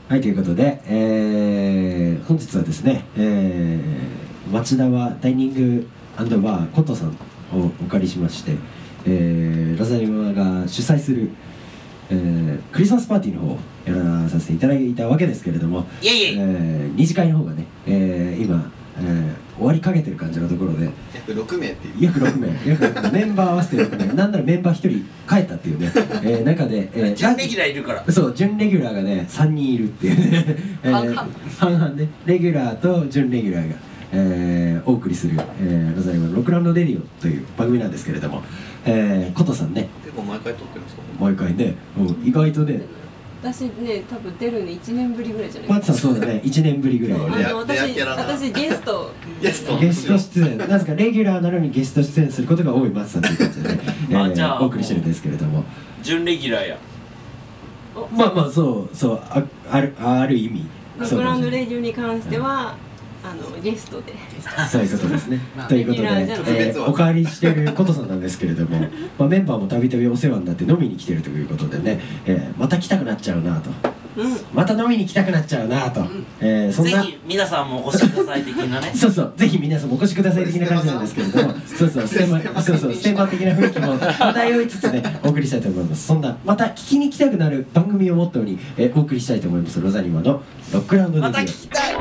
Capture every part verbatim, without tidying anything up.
はい、ということで、えー、本日はですね、えー、町田はダイニング&バーコトさんをお借りしまして、えー、ラザニマが主催する、えー、クリスマスパーティーの方をやらさせていただいたわけですけれども、 いえいえ、 えー、二次会の方がね、えー、今、えー、終わりかけてる感じのところで約ろくめいっていう約ろくめい約ろくめいメンバー合わせてろくめいなんならメンバーひとり帰ったっていうね、えー、中で、えー、 準レギュラーいるからそう準レギュラーがねさんにんいるっていうね、えー、 半々 半々ねレギュラーと準レギュラーが、えー、お送りする、えー、ロザリマのロックランドレディオという番組なんですけれども、えー、コトさんね結構毎回撮ってるんですか？ 毎回ね、うん、意外とね私ね、多分出るのいちねんぶりぐらいじゃないマツさんそうだねいちねんぶりぐらいあの私、私ゲストゲストゲスト出演なぜかレギュラーなのにゲスト出演することが多いマツさんということでね、えー、 あじゃあお送りしてるんですけれども準レギュラーやまあまあそうそう あ, あ, るある意味ロックランドレディオに関してはあのゲストでそういうことですねということで、えー、おかわりしているコトさんなんですけれども、まあ、メンバーもたびたびお世話になって飲みに来てるということでね、えー、また来たくなっちゃうなと、うん、また飲みに来たくなっちゃうなと、うんえー、そんなぜひ皆さんもお越しください的なねそうそうぜひ皆さんもお越しください的な感じなんですけれどもそうそうステマそうそうステマ的な雰囲気も漂いつつねお送りしたいと思います。そんなまた聞きに来たくなる番組をモットーに、えー、お送りしたいと思います。ロザニマのロックラウンドレディオまた聞きたい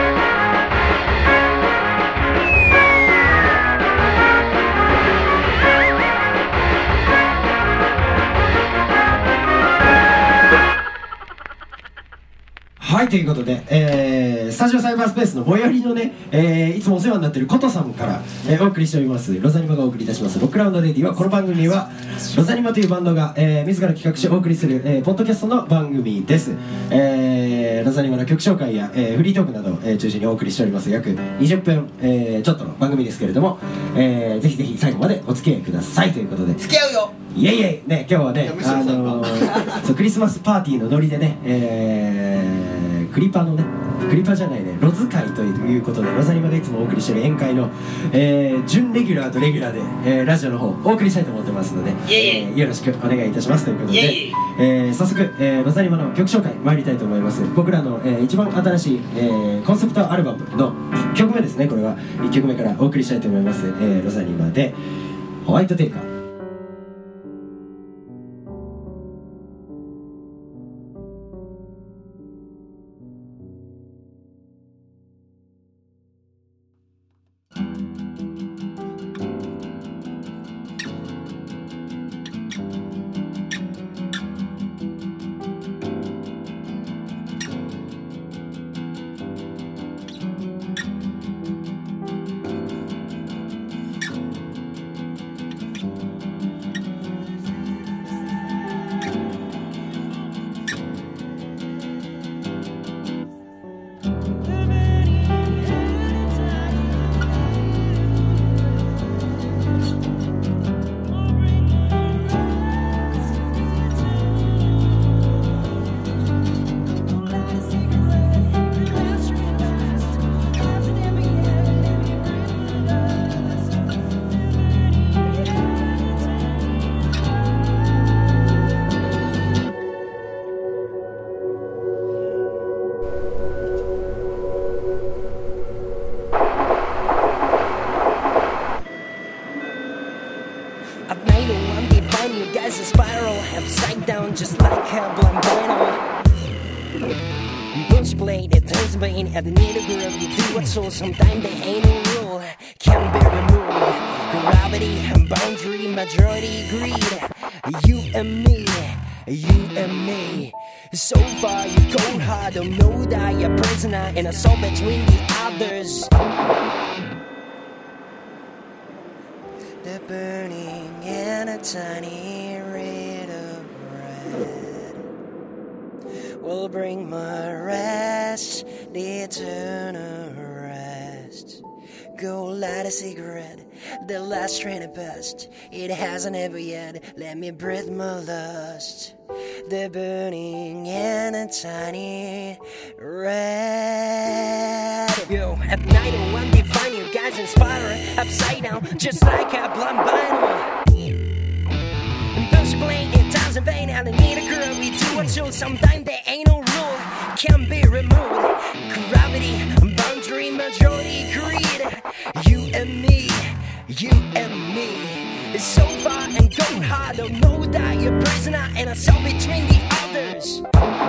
はいということで、えー、スタジオサイバースペースの最寄りのね、えー、いつもお世話になっているコトさんから、えー、お送りしておりますロザニマがお送りいたしますロックラウンドレディはこの番組はロザニマというバンドが、えー、自ら企画しお送りする、えー、ポッドキャストの番組です、えー、ロザニマの曲紹介や、えー、フリートークなどを、えー、中心にお送りしております約にじゅっぷん、えー、ちょっとの番組ですけれども、えー、ぜひぜひ最後までお付き合いくださいということで付き合うよイエイイエイね今日はねあのー、そうクリスマスパーティーのノリでね、えー、クリパのねクリパじゃないねロズ会ということでロザニマがいつもお送りしている宴会の、えー、準レギュラーとレギュラーで、えー、ラジオの方お送りしたいと思ってますので、えー、よろしくお願いいたしますということで、えー、早速、えー、ロザニマの曲紹介参りたいと思います。僕らの、えー、一番新しい、えー、コンセプトアルバムのいっきょくめですね。これはいっきょくめからお送りしたいと思います、えー、ロザニマでホワイトテイカー。 Just like a Blambino Punch blade, it turns pain At the need of girl, you do what so Sometimes there ain't no rule Can't be removed Gravity, boundary, majority greed You and me, you and me So far you go hard Don't know that you're a prisoner In a soul between the others They're burning in a tiny red of will bring my rest, the eternal rest. Go light a cigarette, the last train of past. It hasn't ever yet, let me breathe my lust. They're burning in a tiny red. Yo, at night I want to find you guys inspire upside down, just like a Blambino. And push blame, it doesn't vain, I need a girl, we do what you sometimes there ain't no rule. can be removed. Gravity, boundary, majority, greed. You and me, you and me. So far and going hard, don't know that you're a prisoner and a cell between the others.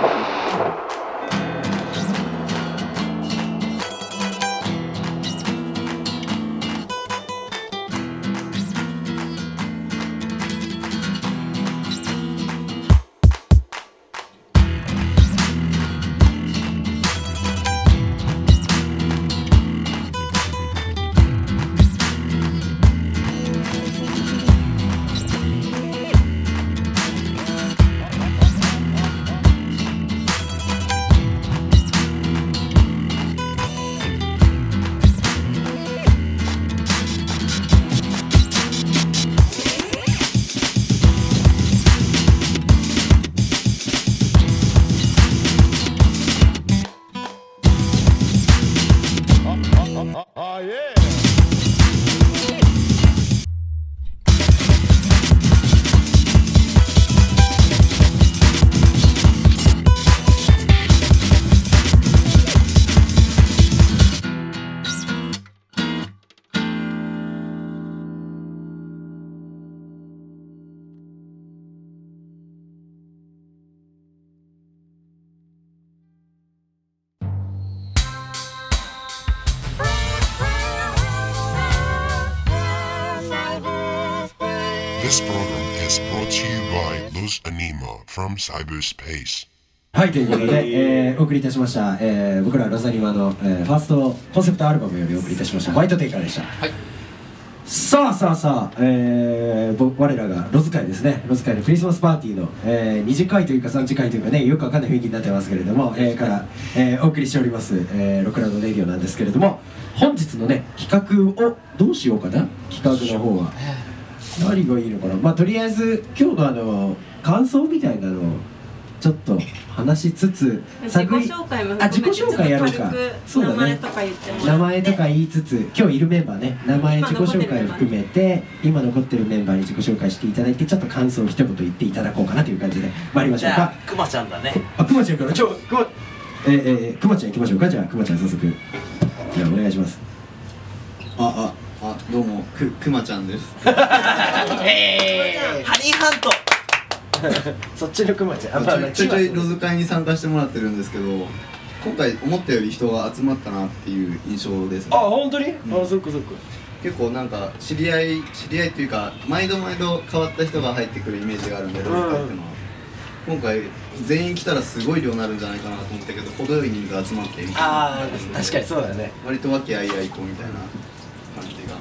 This program is brought to you by Luz Anima from Cyberspace. はい、ということで、えー、お送りいたしました、えー、僕らロザニマの、えー、ファーストコンセプトアルバムよりお送りいたしましたホワイトテイカーでした。はい。さあさあさあ、えー、我らがロズ会ですね、ロズ会のクリスマスパーティーの、えー、に次会というかさん次会というかね、よくわかんない雰囲気になってますけれども、えー、から、えー、お送りしております、えー、ロクラウドレディオなんですけれども、本日のね企画をどうしようかな。企画の方は何がいいのかな。まあとりあえず今日のあの感想みたいなのをちょっと話しつつ、 自己紹介も含めてあ自己紹介やろうか。そうだね。 名前とか言ってもらって、 名前とか言いつつ、今日いるメンバーね、名前自己紹介を含めて今残ってるメンバーに自己紹介していただいて、ちょっと感想を一言言っていただこうかなという感じで参りましょうか。 じゃあくまちゃんだね。 あ、くまちゃんからちょくまえー、えー、くまちゃん行きましょうか。じゃあくまちゃん早速じゃあお願いします。 あああどうもくくまちゃんです。 えー、ハニーハントそっちのくまちゃん。 ちょいちょいちょいロズ会に参加してもらってるんですけど、今回思ったより人が集まったなっていう印象ですね。 あ、本当に？ うん、 あ、そっかそっか。 結構なんか知り合い知り合いっていうか毎度毎度変わった人が入ってくるイメージがあるんで、ロズ会っていうのは、うん、今回全員来たらすごい量になるんじゃないかなと思ったけど、程よい人数集まってみたいな。 ああ、確かにそうだね。 割と和気あいあいこうみたいな感じが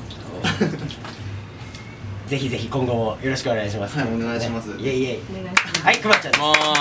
ぜひぜひ今後もよろしくお願いします。 はい、お願いします。 イエイイエイ。 お願いします。 はい、くまちゃんです。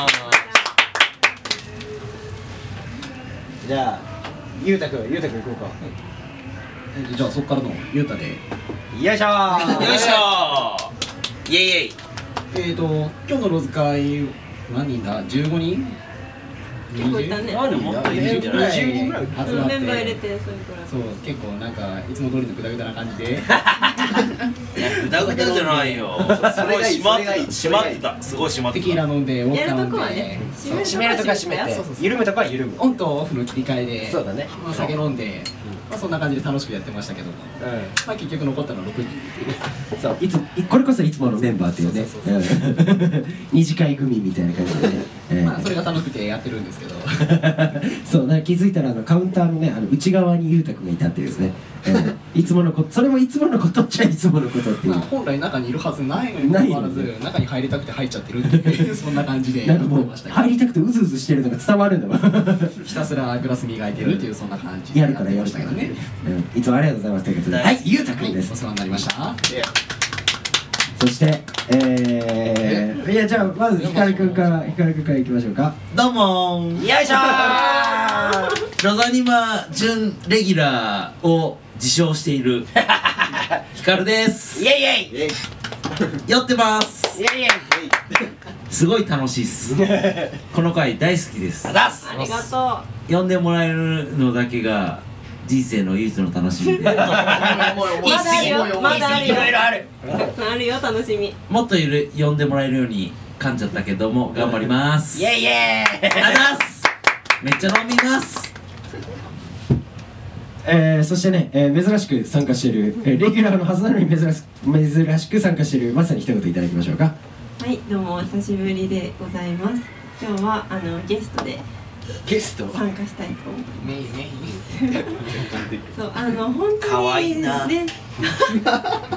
じゃあ、ゆうたくん、ゆうたくん行こうか。 えじゃあそっからのゆうたで。 よいしょー。 よいしょー。イエイイエイ。 えーと今日のロズ会何人だ？じゅうごにん？ 結構いたね。 あるもっといるんじゃない？ にじゅうにんぐらい集まって。 メンバー入れてそれくらい。 そう結構なんかいつも通りのグダグダな感じで。 グダグダじゃないよ。すごい締まってた。締まってた。すごい締まってた。 テキーラ飲んでウォッやるカ飲んで。 とこはね。 締めるとか締めて、 そうそうそう緩むとかは緩む。 オンとオフの切り替えで。 そうだね。 まあ酒飲んで。まあそんな感じで楽しくやってましたけども、まあ結局残ったのはろくにん。 そう、いつこれこそいつものメンバーっていうね、二次会組みたいな感じでね。 まあそれが楽しくてやってるんですけど。 そうなんか気づいたらあのカウンターのね、あの内側にゆうたくんがいたっていうですね。いつものこと、それもいつものことっちゃいつものことっていう。 まあ本来中にいるはずないのにもかかわらず中に入りたくて入っちゃってるっていうそんな感じで。 なんかもう入りたくてうずうずしてるのが伝わるんだわ。 ひたすらグラス磨いてるっていうそんな感じでやるからやるからね。いつもありがとうございますということで、はい、ゆうたくんです。 お世話になりました。 そしてえー、いやじゃあまずひかるくんからひかるくんからいきましょうか。 どうもー。よいしょー。ロザニマ準レギュラーを自称しているひかるです。 イエイイエイ。 酔ってます。 イエイイエイ。 すごい楽しいっす。この回大好きです。 ありがとう。 呼んでもらえるのだけが人生の唯一の楽しみで。 まだあるよ。まだあるよ。 いろいろある。 あるよ、楽しみ。 もっといる呼んでもらえるように噛んじゃったけども頑張ります。 イエイイエイ。 ありがとうございます。 めっちゃ飲みます。 えー、そしてね、えー、珍しく参加している、えー、レギュラーのはずなのに珍し珍しく参加しているまさに一言いただきましょうか。 はい、どうもお久しぶりでございます。今日はあのゲストでゲスト参加したいと思います。 メインメインそうあの本当にかわいいなねあ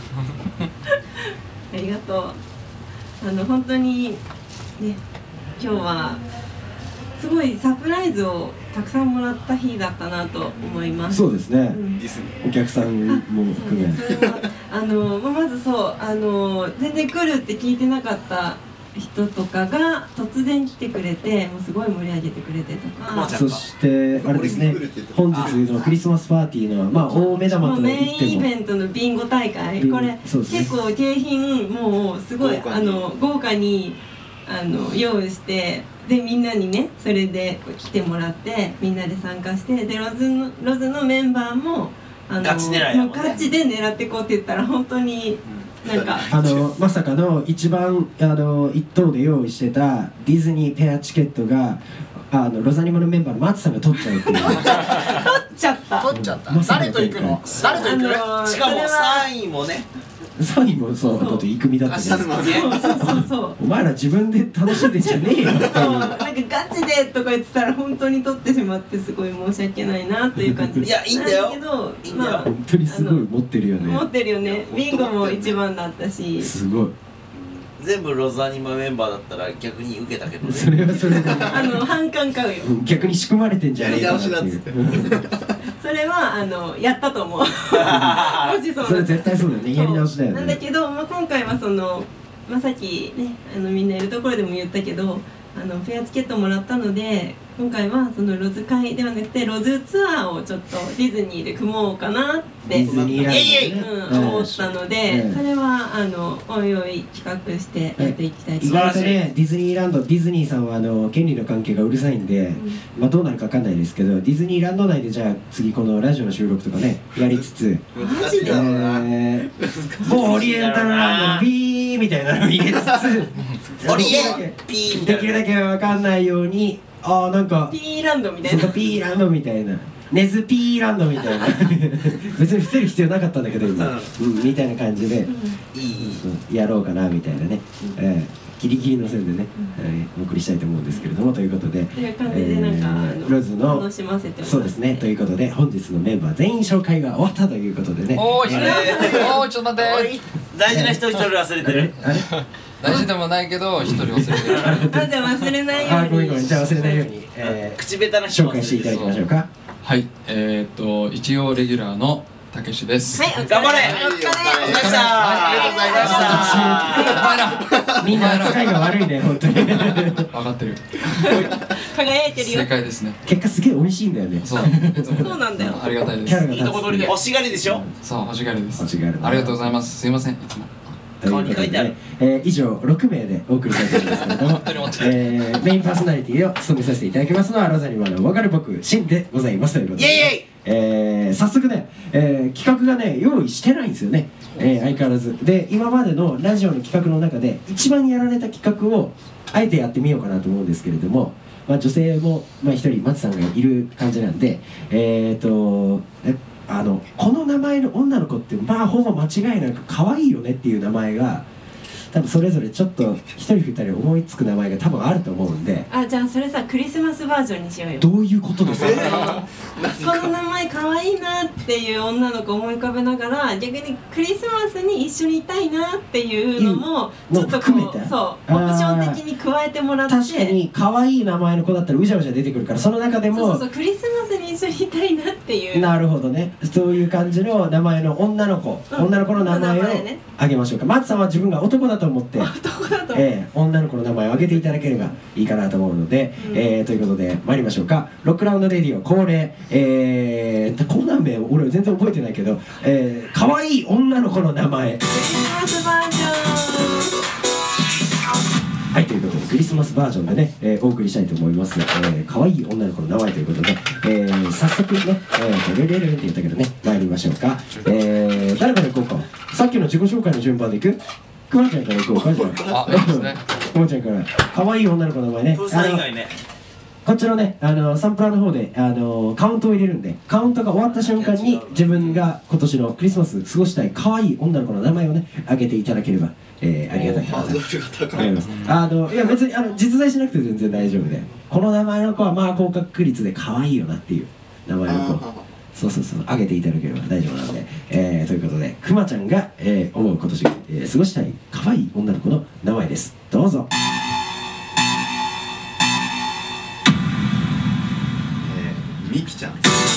りがとう。あの本当にね今日はすごいサプライズをたくさんもらった日だったなと思います。 そうですね、 うん、 お客さんも含め、 そうね、それはあのまずそうあの全然来るって聞いてなかった人とかが突然来てくれてもうすごい盛り上げてくれてとか、 そしてあれですね、本日のクリスマスパーティーのまあ大目玉と言ってもメインイベントのビンゴ大会、これ、ね、結構景品もうすごいあの豪華にあの用意して、でみんなにねそれで来てもらってみんなで参加して、でロズのロズのメンバーもあのガチ狙いだもんね。 もうガチで狙ってこうって言ったら本当になんかあのまさかの一番あの一等で用意してたディズニーペアチケットがあのロザニマのメンバーの松さんが取っちゃうっていう取っちゃった取っちゃったまさか誰と行くの誰と行く、 あのーしかもそれはさんいもね、 さんいもそうだってイクミだったじゃん。 そうそうそうそうお前ら自分で楽しんでんじゃねえよっていうそうなんかガチでとか言ってたら本当に取ってしまってすごい申し訳ないなという感じでいやいいんだよなんけどいいんだよまあ本当にすごい持ってるよね。 持ってるよね。ビンゴも一番だったしすごい。 全部ロザニマメンバーだったら逆に受けたけどね。 それはそれであの反感買うよ。 逆に仕組まれてんじゃねえかなってやりいう。 それはあのやったと思うもしそうそれ絶対そうだよね。やり直しだよね。 なんだけど、まあ、今回はその、まあ、さっきねあのみんないるところでも言ったけどあのペアチケットもらったので今回はそのロズ会ではなくてロズツアーをちょっとディズニーで組もうかなってディズニーランドねうん、思ったので、 うんそれはあのおいおい企画してやっていきたいと意思います。 外とねディズニーランドディズニーさんはあの権利の関係がうるさいんで、まあどうなるかわかんないですけど、ディズニーランド内でじゃあ次このラジオの収録とかねやりつつ、 マジでえー、もうオリエンタルランドのビーみたいなのを入れつつオリエンピーみたいなできるだけわかんないように、ああなんかピーランドみたいなそのピーランドみたいな、ネズピーランドみたいな別に伏せる必要なかったんだけど今、うん、みたいな感じで、 いいそうやろうかなみたいなね、えーギリギリの線でね、えーお送りしたいと思うんですけれども、ということでという感じでなんか、 えーあのロズの楽しませてもらそうですね、ということで本日のメンバー全員紹介が終わったということでね、 おーい、 えおーい、ちょっと待って大事な人一人忘れてる。 あれ大事でもないけど、一人忘れてるあじゃあ忘れないようにあごめんごめん、じゃあ忘れないように、えー口下手な人紹介していただきましょうか。 はい、えーっと、一応レギュラーのたけしですはい、お疲れ頑張れお疲れお疲れ様でした。ありがとうございました。 みんな扱いが悪いね本当に分かってる輝いてるよ正解ですね結果すげえ美味しいんだよね。 そう、いつもそうなんだよありがたいですキャラが立つ欲しがりでしょ。 そう、欲しがりです欲しがりだありがとうございますすいません、いつもということで顔に書いてあるね、えー以上ろくめいでお送りしたいと思いますけれども、 当に思ってたえーメインパーソナリティを務めさせていただきますのはロザニマのわかる僕シンでございますということで、 イエイイエイえー早速ね、えー企画がね用意してないんですよね、えー相変わらずで、今までのラジオの企画の中で一番やられた企画をあえてやってみようかなと思うんですけれども、まあ、女性もまあ一人松さんがいる感じなんで、えーとえあのこの名前の女の子ってまあほぼ間違いなく可愛いよねっていう名前が多分それぞれちょっと一人二人思いつく名前が多分あると思うんで、 あじゃあそれさクリスマスバージョンにしようよ。 どういうことですか？ この名前可愛いなっていう女の子を思い浮かべながら逆にクリスマスに一緒にいたいなっていうのもいいちょっとこもう含めてうそうオプション的に加えてもらって確かに可愛い名前の子だったらうじゃうじゃ出てくるから、その中でそうもそうそうクリスマスに一緒にいたいなっていうなるほどね、そういう感じの名前の女の子、 うん女の子の名前を名前ねあげましょうか。松さんは自分が男だと思って男だと思う、 えー女の子の名前を挙げていただければいいかなと思うので、 うんえーということで参りましょうか。ロックラウンドレディオ恒例、えー、コーナー名俺全然覚えてないけど、えー、可愛い女の子の名前、 クリスマスバージョはい、ということでクリスマスバージョンでね、えーお送りしたいと思います。えー、可愛い女の子の名前ということで、えー、早速ね、えー、レレレレって言ったけどね、参りましょうか。えー、誰から行こうか。さっきの自己紹介の順番でいく？くまちゃんから行こうかじゃあ。 あ、いいですねくまちゃんから可愛い女の子の名前ね。 プーさん以外ね。 こっちのねあのサンプラーの方であのカウントを入れるんで、カウントが終わった瞬間に自分が今年のクリスマス過ごしたい可愛い女の子の名前をね挙げていただければ、えー、ありがたいかなと思います。あのいや別にあの実在しなくて全然大丈夫で、この名前の子はまあ高確率で可愛いよなっていう名前の子、そうそうそう挙げていただければ大丈夫なので、えー、ということでくまちゃんが、えー、思う今年、えー、過ごしたい可愛い女の子の名前です。どうぞ。 みきちゃん。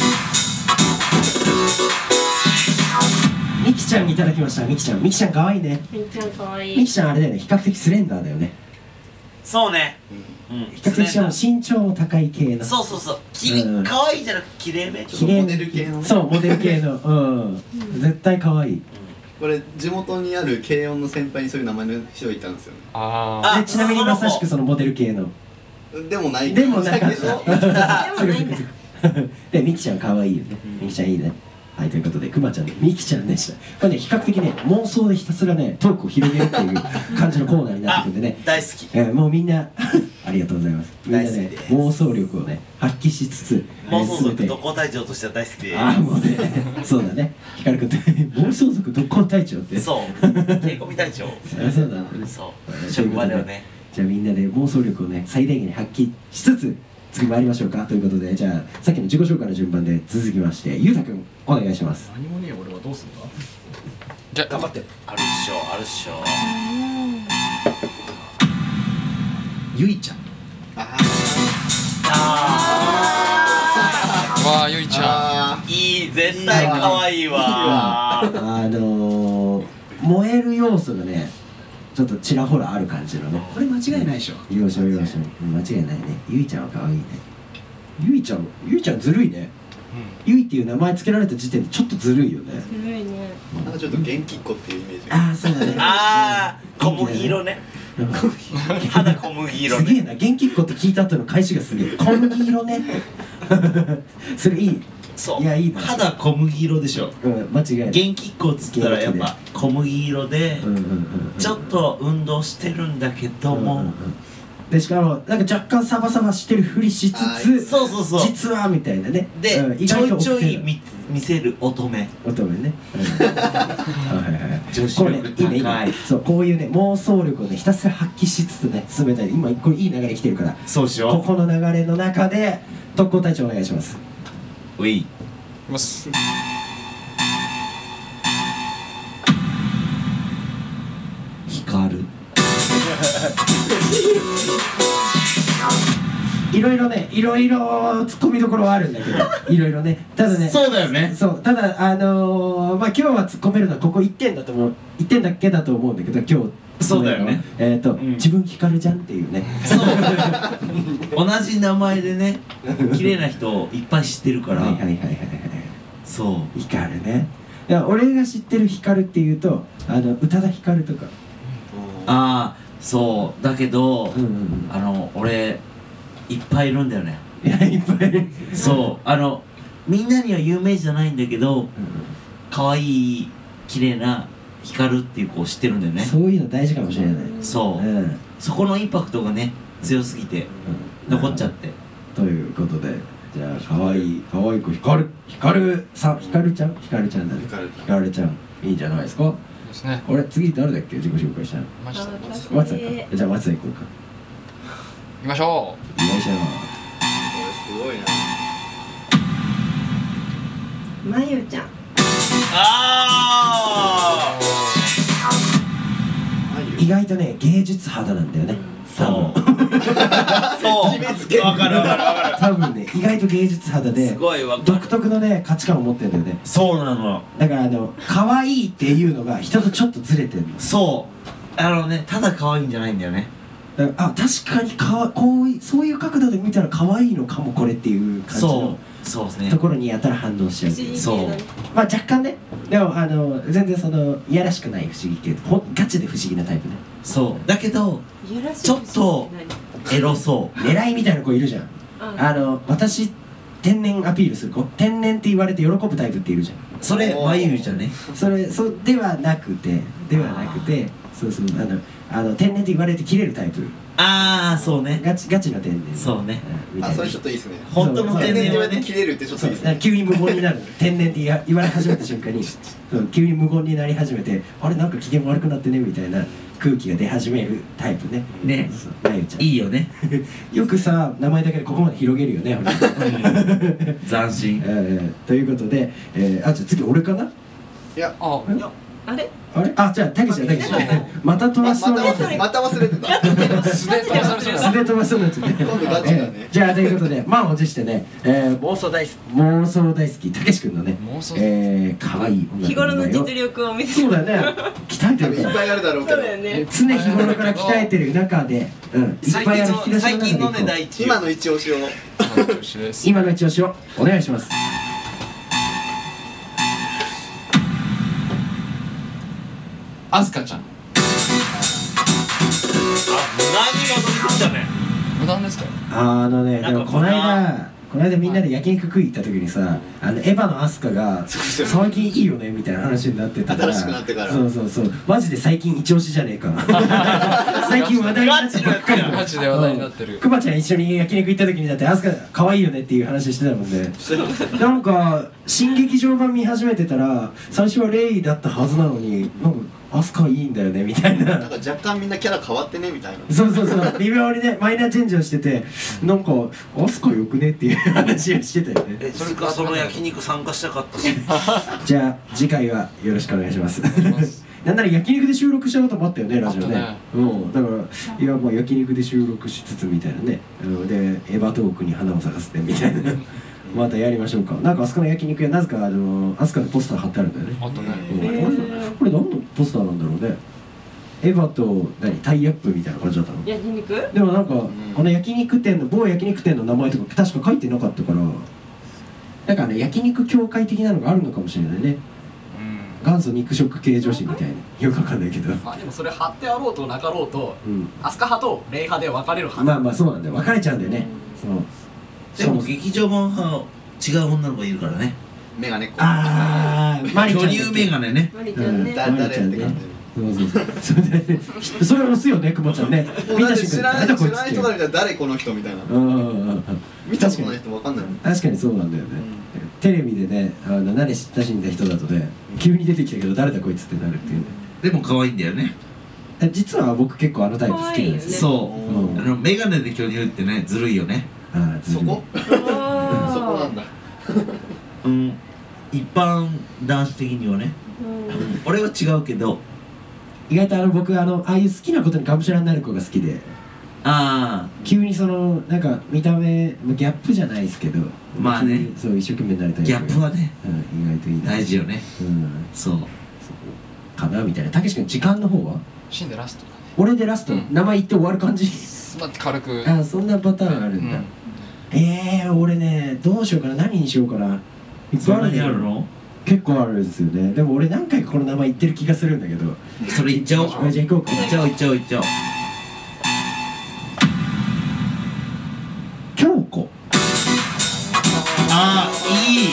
みきちゃんいただきました。みきちゃん、みきちゃん可愛いね。 みきちゃん可愛い。 みきちゃんあれだよね、比較的スレンダーだよね。 そうね、 うん、 比較的しかも身長も高い系の。 そうそうそう、きれい、可愛いじゃなくて綺麗め、 綺麗モデル系の。 そうモデル系の、うん、絶対可愛い。 これ地元にある軽音の先輩にそういう名前の人がいたんですよね。 ああでちなみにまさしくそのモデル系のでもないでもなかったでしょでもないんだ。 でみきちゃん可愛いよね。みきちゃんいいね。はい、ということでくまちゃんのみきちゃんでした。これね比較的ね妄想でひたすらねトークを広げるっていう感じのコーナーになってくるんでね大好き、 えー、もうみんなありがとうございます。みんなね大好きです妄想力をね発揮しつつ妄想族えー特攻隊長としては大好きでああもうねそうだねひかるくんって妄想族特攻隊長ってそう稽古み隊長あそうなんだね。 そう職場ではね。 じゃあみんなで妄想力をね最大限に発揮しつつ次参りましょうかということで、じゃあさっきの自己紹介の順番で続きましてゆうたくんお願いします。 何もねえ俺はどうすんだ。 じゃあ頑張って。 あるっしょあるっしょ。 ゆいちゃん。 ああわあゆいちゃん。 あーいい、絶対可愛いわあのー、燃える要素がねちょっとちらほらある感じのね。 これ間違いないでしょ。 要所要所間違いないね。ゆいちゃんは可愛いね。ゆいちゃんゆいちゃんずるいね。ゆいっていう名前つけられた時点でちょっとずるいよね。 ずるいね。 なんかちょっと元気っ子っていうイメージが。 ああそうだね。 あー小麦色ね。肌小麦色ね。 すげえな、元気っ子って聞いた後の返しがすげえ。小麦色ね。それいい。 そういやいいな。 肌小麦色でしょ。 うん間違いない。 元気っ子っつったらやっぱ小麦色でうんうんうんうん。 ちょっと運動してるんだけども、 うんうんうんでしかもなんか若干サバサバしてるふりしつつそうそうそう実はみたいなね。 で、 うん意ちょ外といちょい奥見見せる乙女。 手乙女ね。うんはいはいはい。 女子これね力いいねいい高いね。そうこういうね妄想力をねひたすら発揮しつつね進めたい。今これいい流れ来てるからそうしよここの流れの中で特攻隊長お願いします。 う。ウィーます光るいろいろねいろいろ突っ込みどころはあるんだけどいろいろねただねそうだよね。 そうただあのー、まあ今日は突っ込めるのはここいってんだと思ういってんだけだと思うんだけど今日そうだよね。 えっ、ー、と、 うん自分光るじゃんっていうねそう同じ名前でね綺麗な人をいっぱい知ってるから、 はいはいはいはいはいそう光るね。いや俺が知ってる光るっていうとあの宇多田ヒカルとかああそうだけど、 うんうんうんあの俺いっぱいいるんだよね。 いやいっぱいいるそうあのみんなには有名じゃないんだけどうん可愛い綺麗な光るっていう子を知ってるんだよね。 そういうの大事かもしれない。 そう、 うんうんそこのインパクトがね強すぎて残っちゃってということでじゃあ可愛い可愛い子光る光るさ光るちゃん光るちゃんだね。 光るちゃん光るちゃんいいんじゃないですか。 ですね。 俺次誰だっけ自己紹介したの。 マジで。行私松田か。じゃあ松田行こうか。 きましょよいしょ。 これすごいな。 まゆちゃん。 あ意外とね芸術肌なんだよね。多そう分そう決めつけわかるわかるわかる多分ね意外と芸術肌ですごいわかる。 独特のね価値観を持ってるんだよね。 そうなの。 だからあの可愛いっていうのが人とちょっとずれてるの。 そうあのねただ可愛いんじゃないんだよね。 だからあ確かにかわこういそういう角度で見たら可愛いのかもこれっていう感じそのうそうですねところにやたら反応しちゃうっていう。 そうまあ若干ねでもあの全然そのいやらしくない不思議系ほガチで不思議なタイプね。 そうだけどいやらしいちょっとエロそう狙いみたいな子いるじゃん。あの私天然アピールする子天然って言われて喜ぶタイプっているじゃん。 それまゆゆじゃね。 それそうではなくてではなくてそうそうあのあの天然って言われて切れるタイプああそうね、 ガチガチの天然そうね、 あ、それちょっといいですね。 本当の天然はね切れるってちょっといいですね。 急に無言になる天然って言わ言われ始めた瞬間にそう急に無言になり始めて、あれなんか機嫌悪くなってねみたいな空気が出始めるタイプね。 ね、 なゆちゃんいいよねよくさ名前だけでここまで広げるよね斬新、 えー、ということで、えー、あ、じゃあ次俺かな。 いや、 ああれあれ、あ、じゃあたけしだたけしまた飛ばしそうなやつまた忘れてた。 素で飛ばされそうです素で飛ばしそうなやつね。 今度ガチだねえーじゃあということで満を持してね、えー、妄想大好き妄想大好きたけし君のね妄想えー、可愛い日頃の実力を見せてそうだよね鍛えてるからいっぱいあるだろうけそうど。 だよね。 常日頃から鍛えてる中で、うん、いっぱいある引き出し最近のの中でね第一今の一押しを。 です今の一押しをお願いします。 アスカちゃん。 何が飛び込んだね。 無断ですか？ あのね、でなんかもこの間この間みんなで焼肉食い行った時にさ、あのエヴァのアスカが最近いいよねみたいな話になってたから、 新しくなってからそうそうそう、マジで最近一押しじゃねえか最近話題になってばっかりマジで話題になってる。 クマちゃん一緒に焼肉行った時にだってアスカ可愛いよねっていう話してたもんねなんか新劇場版見始めてたら最初はレイだったはずなのになんかアスカいいんだよねみたいななんか若干みんなキャラ変わってねみたいな。 そうそうそう微妙にねマイナーチェンジをしててなんかアスカよくねっていう話をしてたよねえ、それかその焼肉参加したかったしじゃあ次回はよろしくお願いしますなんなら焼肉で収録したこともあったよねラジオねあったうんだからいやもう焼肉で収録しつつみたいなねあのでエヴァトークに花を咲かせてみたいなまたやりましょうか。なんかあそこの焼肉屋なぜかあのアスカのポスター貼ってあるんだよねあとね。 うんこれこれ何のポスターなんだろうね。エヴァと何タイアップみたいな感じだったの。 焼肉？ でもなんか、この焼肉店の某焼肉店の名前とか確か書いてなかったからなんかね焼肉協会的なのがあるのかもしれないね。元祖肉食系女子みたいなよくわかんないけどまあでもそれ貼ってあろうとなかろうとうんアスカ派とレイ派で分かれるはず。 まあまあそうなんだよ分かれちゃうんだよねそのでも劇場版は違う女の子いるからね。 メガネっ子。 ああマリちゃん巨乳メガネね。 マリちゃんね。 だ誰って感じ。 そうそうそうそれでそれ押すよねくまちゃんねもうだって知らない知らない人から見たら誰この人みたいな。 うんうんうんうん見たことない人わかんないもん。 確かにそうなんだよね、テレビでねあの慣れ親しんだ人だとね急に出てきたけど誰だこいつってなるっていうねでも可愛いんだよね。 え実は僕結構あのタイプ好きなんですよそううんあのメガネで巨乳ってねずるいよね。 あーずるいそこ？そこなんだ。 うん一般男子的にはね。俺は違うけど。 意外とあの僕あのああいう好きなことにがむしゃらになる子が好きであ急にそのなんか見た目ギャップじゃないですけどまあね急にそう一生懸命になりたいあギャップはねうん意外といいな大事よね。 うんそう。 かなみたいな。たけし君時間の方は死んでラストだね。 俺でラスト、 うん名前言って終わる感じまあ軽く。 あそんなパターンあるんだ、 うんえー、俺ねどうしようかな何にしようかないっぱいそんなにあるあるの？ 結構あるんですよね。でも俺何回かこの名前言ってる気がするんだけどそれ言っちゃおう。 あじゃあ行こうか言っちゃおう言っちゃおう言っちゃおう。 京子ああいい。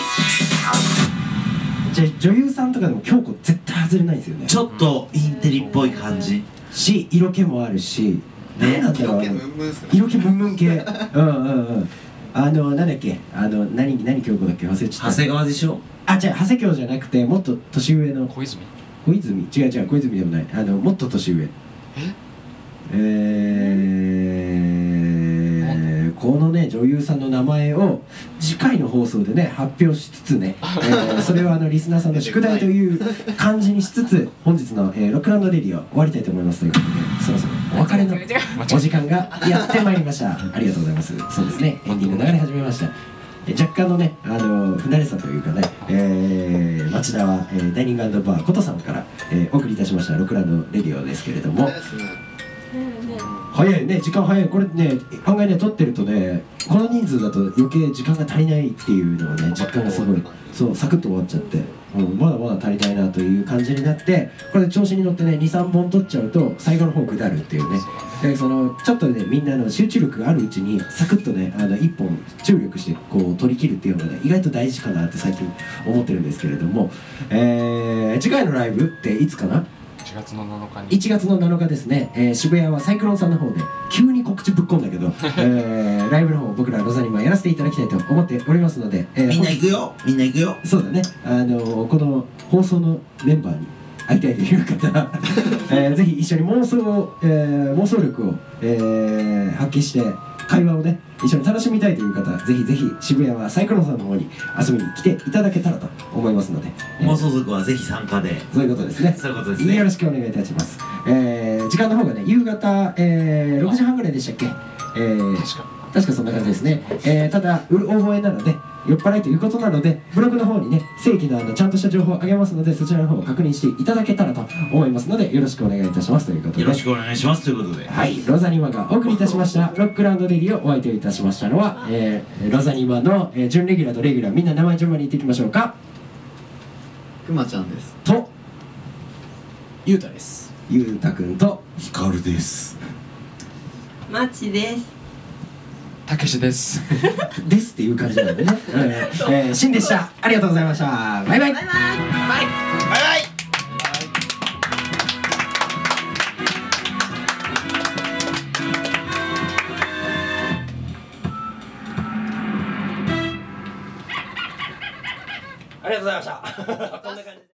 じゃあ女優さんとかでも京子絶対外れないんですよねちょっとインテリっぽい感じ。 し色気もあるしね何なんだろう色気ムンムンっすね。 色気ムンムン系うんうんうんあのなんだっけあの何何京子だっけ忘れちゃった長谷川でしょ。 あじゃあ長谷京じゃなくてもっと年上の小泉。 小泉違う違う小泉でもないあのもっと年上えー、このね女優さんの名前を次回の放送でね発表しつつね、えー、それはあのリスナーさんの宿題という感じにしつつ本日の、えー、ロックランドレディを終わりたいと思いますということでそろそろお別れのお時間がやってまいりましたありがとうございますそうですねエンディング流れ始めましたえ若干のね、あの不慣れさというかね、えー、町田は、えー、ダイニング&バーことさんから、えー、お送りいたしましたロックランドレディオですけれどもですね。 早いね時間早いこれね案外ね撮ってるとねこの人数だと余計時間が足りないっていうのをね実感がすごいそうサクッと終わっちゃって、うん、まだまだ足りないなという感じになってこれで調子に乗ってねにさんぼん撮っちゃうと最後の方下るっていうねでそのちょっとねみんなの集中力があるうちにサクッとねあのいっぽん注力してこう取り切るっていうのがね意外と大事かなって最近思ってるんですけれども、えー、次回のライブっていつかなじちがつのなのかにいちがつのなのかですね、えー、渋谷はサイクロンさんの方で急に告知ぶっ込んだけど、えー、ライブの方僕らロザニマやらせていただきたいと思っておりますので、えー、 みんな行くよみんな行くよ。 そうだね、あのー、この放送のメンバーに会いたいという方、えー、ぜひ一緒に妄想を、えー、妄想力を、えー、発揮して会話をね一緒に楽しみたいという方、ぜひぜひ渋谷はサイクロンさんの方に遊びに来ていただけたらと思いますので、 えー、妄想族はぜひ参加で。 そういうことですね。 そういうことですね。 よろしくお願いいたします。えー、時間の方がね夕方、えー、ろくじはんぐらいでしたっけ。えー、確か確かそんな感じですね。えー、ただ大声なので酔っ払いということなのでブログの方にね正規のあのちゃんとした情報をあげますので、そちらの方を確認していただけたらと思いますのでよろしくお願いいたしますということで、 よろしくお願いしますということで、 はい、ロザニマがお送りいたしましたロックラウンドレディをお相手いたしましたのは、えー、ロザニマの、えー、準レギュラーとレギュラーみんな名前順番に言っていきましょうか。 くまちゃんですとゆうたです。 ゆうたくんとヒカルです。 マチです。 たけしですですっていう感じなんでね、えーえー、シンでした。ありがとうございました。バイバイバイバイバイバイバイ。ありがとうございました。こんな感じ。